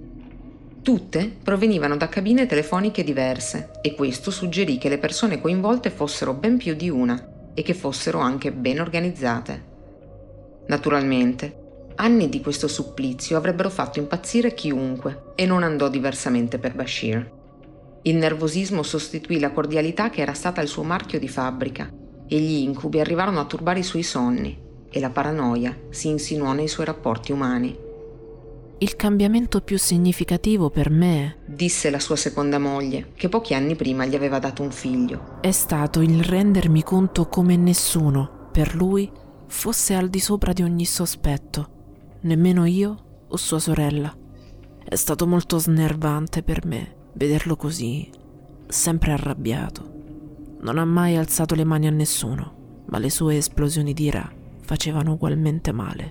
Tutte provenivano da cabine telefoniche diverse e questo suggerì che le persone coinvolte fossero ben più di una e che fossero anche ben organizzate. Naturalmente, anni di questo supplizio avrebbero fatto impazzire chiunque e non andò diversamente per Bashir. Il nervosismo sostituì la cordialità che era stata il suo marchio di fabbrica e gli incubi arrivarono a turbare i suoi sonni e la paranoia si insinuò nei suoi rapporti umani. Il cambiamento più significativo per me, disse la sua seconda moglie, che pochi anni prima gli aveva dato un figlio, è stato il rendermi conto come nessuno, per lui, fosse al di sopra di ogni sospetto, nemmeno io o sua sorella. È stato molto snervante per me vederlo così, sempre arrabbiato. Non ha mai alzato le mani a nessuno, ma le sue esplosioni di ira facevano ugualmente male.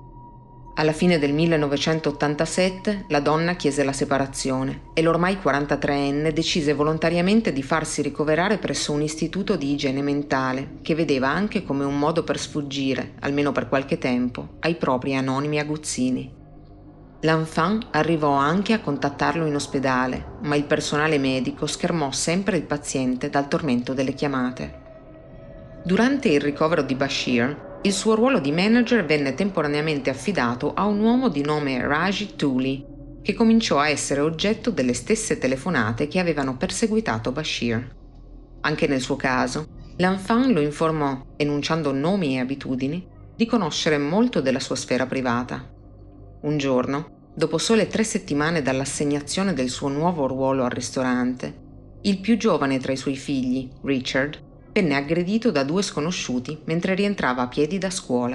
Alla fine del millenovecentottantasette la donna chiese la separazione e l'ormai quarantatreenne decise volontariamente di farsi ricoverare presso un istituto di igiene mentale che vedeva anche come un modo per sfuggire, almeno per qualche tempo, ai propri anonimi aguzzini. L'enfant arrivò anche a contattarlo in ospedale, ma il personale medico schermò sempre il paziente dal tormento delle chiamate. Durante il ricovero di Bashir, il suo ruolo di manager venne temporaneamente affidato a un uomo di nome Raji Tooley, che cominciò a essere oggetto delle stesse telefonate che avevano perseguitato Bashir. Anche nel suo caso, l'enfant lo informò, enunciando nomi e abitudini, di conoscere molto della sua sfera privata. Un giorno, dopo sole tre settimane dall'assegnazione del suo nuovo ruolo al ristorante, il più giovane tra i suoi figli, Richard, venne aggredito da due sconosciuti mentre rientrava a piedi da scuola.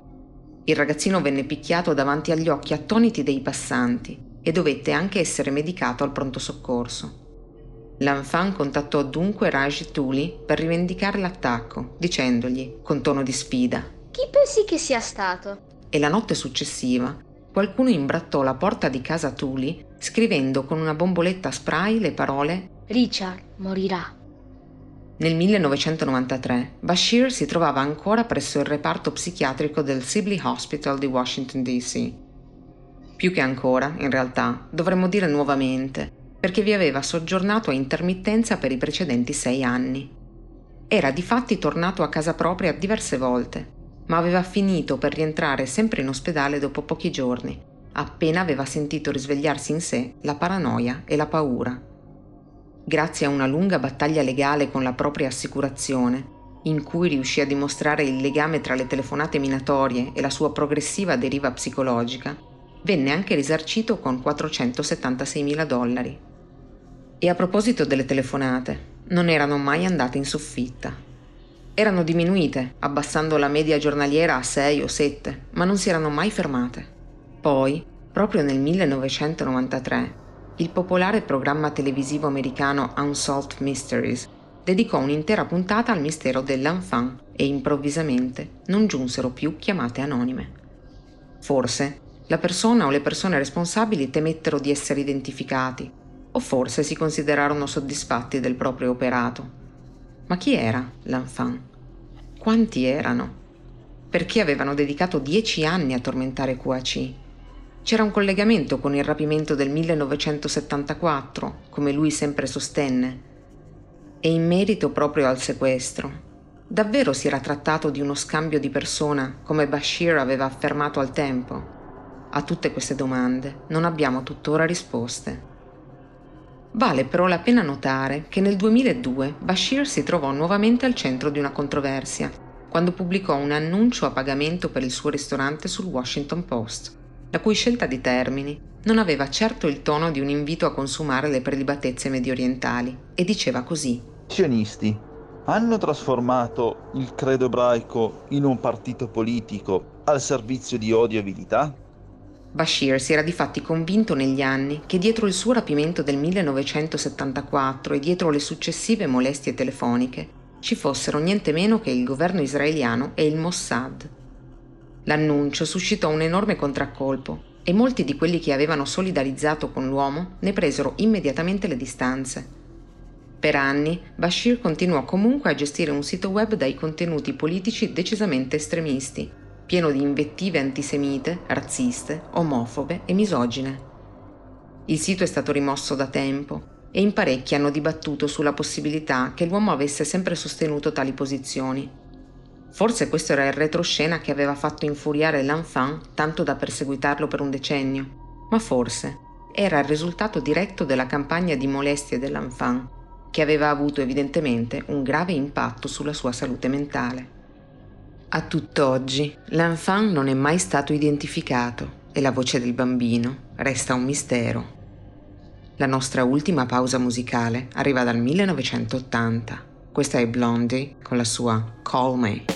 Il ragazzino venne picchiato davanti agli occhi attoniti dei passanti e dovette anche essere medicato al pronto soccorso. L'enfant contattò dunque Raji Tooley per rivendicare l'attacco, dicendogli, con tono di sfida: Chi pensi che sia stato? E la notte successiva, qualcuno imbrattò la porta di casa Tooley scrivendo con una bomboletta spray le parole Richard morirà. Nel millenovecentonovantatré, Bashir si trovava ancora presso il reparto psichiatrico del Sibley Hospital di Washington D C. Più che ancora, in realtà, dovremmo dire nuovamente, perché vi aveva soggiornato a intermittenza per i precedenti sei anni. Era difatti tornato a casa propria diverse volte, ma aveva finito per rientrare sempre in ospedale dopo pochi giorni, appena aveva sentito risvegliarsi in sé la paranoia e la paura. Grazie a una lunga battaglia legale con la propria assicurazione, in cui riuscì a dimostrare il legame tra le telefonate minatorie e la sua progressiva deriva psicologica, venne anche risarcito con quattrocentosettantaseimila dollari. E a proposito delle telefonate, non erano mai andate in soffitta. Erano diminuite, abbassando la media giornaliera a sei o sette, ma non si erano mai fermate. Poi, proprio nel millenovecentonovantatré, il popolare programma televisivo americano Unsolved Mysteries dedicò un'intera puntata al mistero dell'enfant e improvvisamente non giunsero più chiamate anonime. Forse la persona o le persone responsabili temettero di essere identificati, o forse si considerarono soddisfatti del proprio operato. Ma chi era l'enfant? Quanti erano? Perché avevano dedicato dieci anni a tormentare Q A C? C'era un collegamento con il rapimento del millenovecentosettantaquattro, come lui sempre sostenne. E in merito proprio al sequestro, davvero si era trattato di uno scambio di persona, come Bashir aveva affermato al tempo? A tutte queste domande non abbiamo tuttora risposte. Vale però la pena notare che nel duemiladue Bashir si trovò nuovamente al centro di una controversia, quando pubblicò un annuncio a pagamento per il suo ristorante sul Washington Post, la cui scelta di termini non aveva certo il tono di un invito a consumare le prelibatezze mediorientali, e diceva così: I sionisti hanno trasformato il credo ebraico in un partito politico al servizio di odio e viltà? Bashir si era difatti convinto negli anni che dietro il suo rapimento del millenovecentosettantaquattro e dietro le successive molestie telefoniche ci fossero niente meno che il governo israeliano e il Mossad. L'annuncio suscitò un enorme contraccolpo e molti di quelli che avevano solidarizzato con l'uomo ne presero immediatamente le distanze. Per anni, Bashir continuò comunque a gestire un sito web dai contenuti politici decisamente estremisti, pieno di invettive antisemite, razziste, omofobe e misogine. Il sito è stato rimosso da tempo e in parecchi hanno dibattuto sulla possibilità che l'uomo avesse sempre sostenuto tali posizioni. Forse questo era il retroscena che aveva fatto infuriare l'enfant tanto da perseguitarlo per un decennio, ma forse era il risultato diretto della campagna di molestie dell'enfant, che aveva avuto evidentemente un grave impatto sulla sua salute mentale. A tutt'oggi l'enfant non è mai stato identificato e la voce del bambino resta un mistero. La nostra ultima pausa musicale arriva dal millenovecentottanta. Questa è Blondie con la sua Call Me.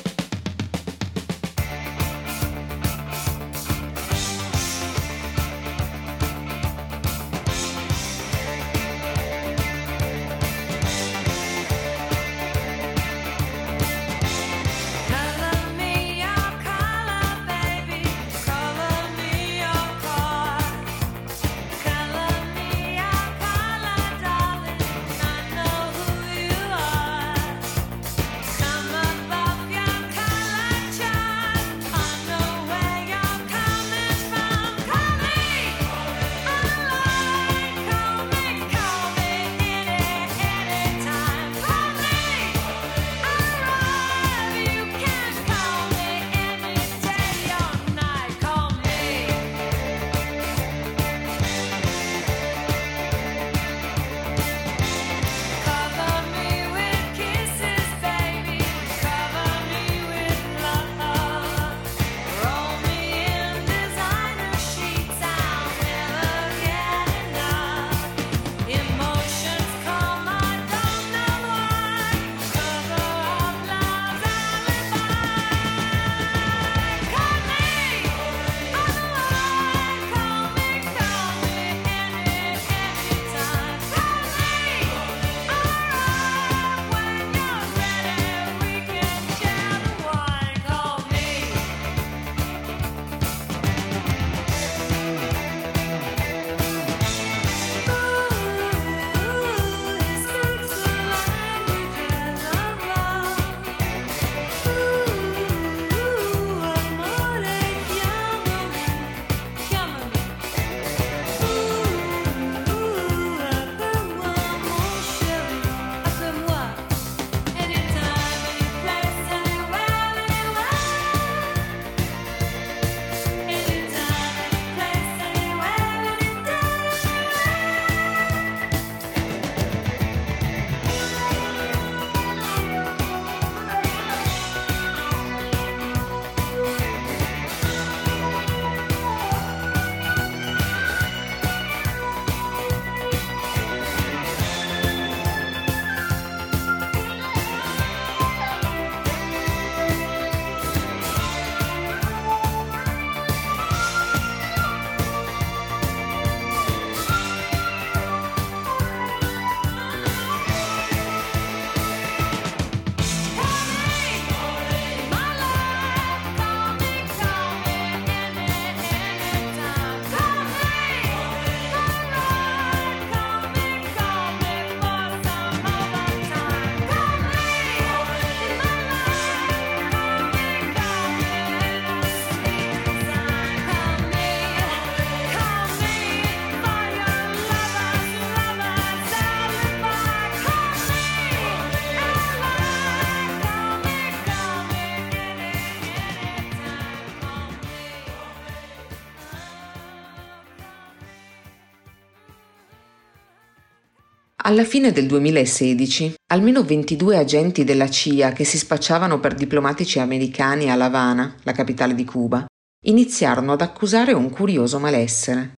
Alla fine del duemilasedici, almeno ventidue agenti della C I A che si spacciavano per diplomatici americani a La Habana, la capitale di Cuba, iniziarono ad accusare un curioso malessere.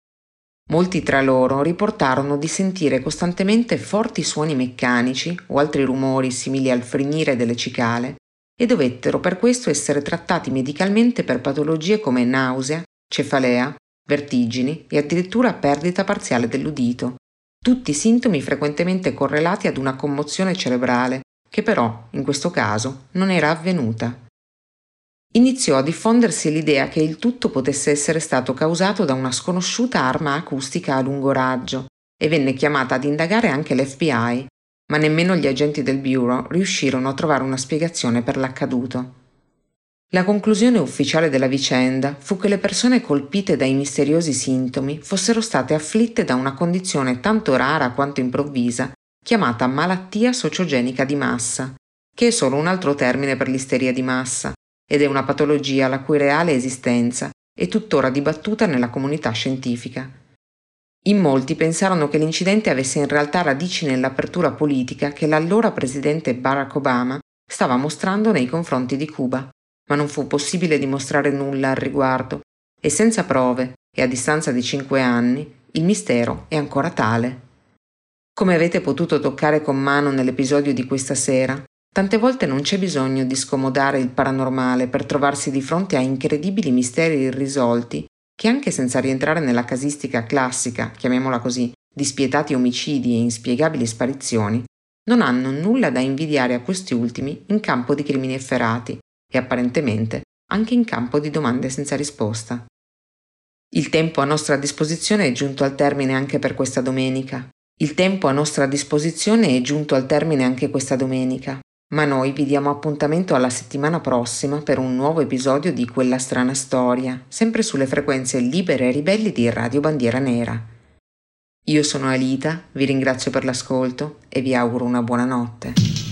Molti tra loro riportarono di sentire costantemente forti suoni meccanici o altri rumori simili al frinire delle cicale e dovettero per questo essere trattati medicalmente per patologie come nausea, cefalea, vertigini e addirittura perdita parziale dell'udito, tutti sintomi frequentemente correlati ad una commozione cerebrale che però, in questo caso, non era avvenuta. Iniziò a diffondersi l'idea che il tutto potesse essere stato causato da una sconosciuta arma acustica a lungo raggio e venne chiamata ad indagare anche l'F B I, ma nemmeno gli agenti del Bureau riuscirono a trovare una spiegazione per l'accaduto. La conclusione ufficiale della vicenda fu che le persone colpite dai misteriosi sintomi fossero state afflitte da una condizione tanto rara quanto improvvisa, chiamata malattia sociogenica di massa, che è solo un altro termine per l'isteria di massa, ed è una patologia la cui reale esistenza è tuttora dibattuta nella comunità scientifica. In molti pensarono che l'incidente avesse in realtà radici nell'apertura politica che l'allora presidente Barack Obama stava mostrando nei confronti di Cuba, ma non fu possibile dimostrare nulla al riguardo e senza prove e a distanza di cinque anni il mistero è ancora tale. Come avete potuto toccare con mano nell'episodio di questa sera, tante volte non c'è bisogno di scomodare il paranormale per trovarsi di fronte a incredibili misteri irrisolti che, anche senza rientrare nella casistica classica, chiamiamola così, di spietati omicidi e inspiegabili sparizioni, non hanno nulla da invidiare a questi ultimi in campo di crimini efferati e apparentemente anche in campo di domande senza risposta. Il tempo a nostra disposizione è giunto al termine anche per questa domenica. Il tempo a nostra disposizione è giunto al termine anche questa domenica, ma noi vi diamo appuntamento alla settimana prossima per un nuovo episodio di Quella strana storia, sempre sulle frequenze libere e ribelli di Radio Bandiera Nera. Io sono Alita, vi ringrazio per l'ascolto e vi auguro una buona notte.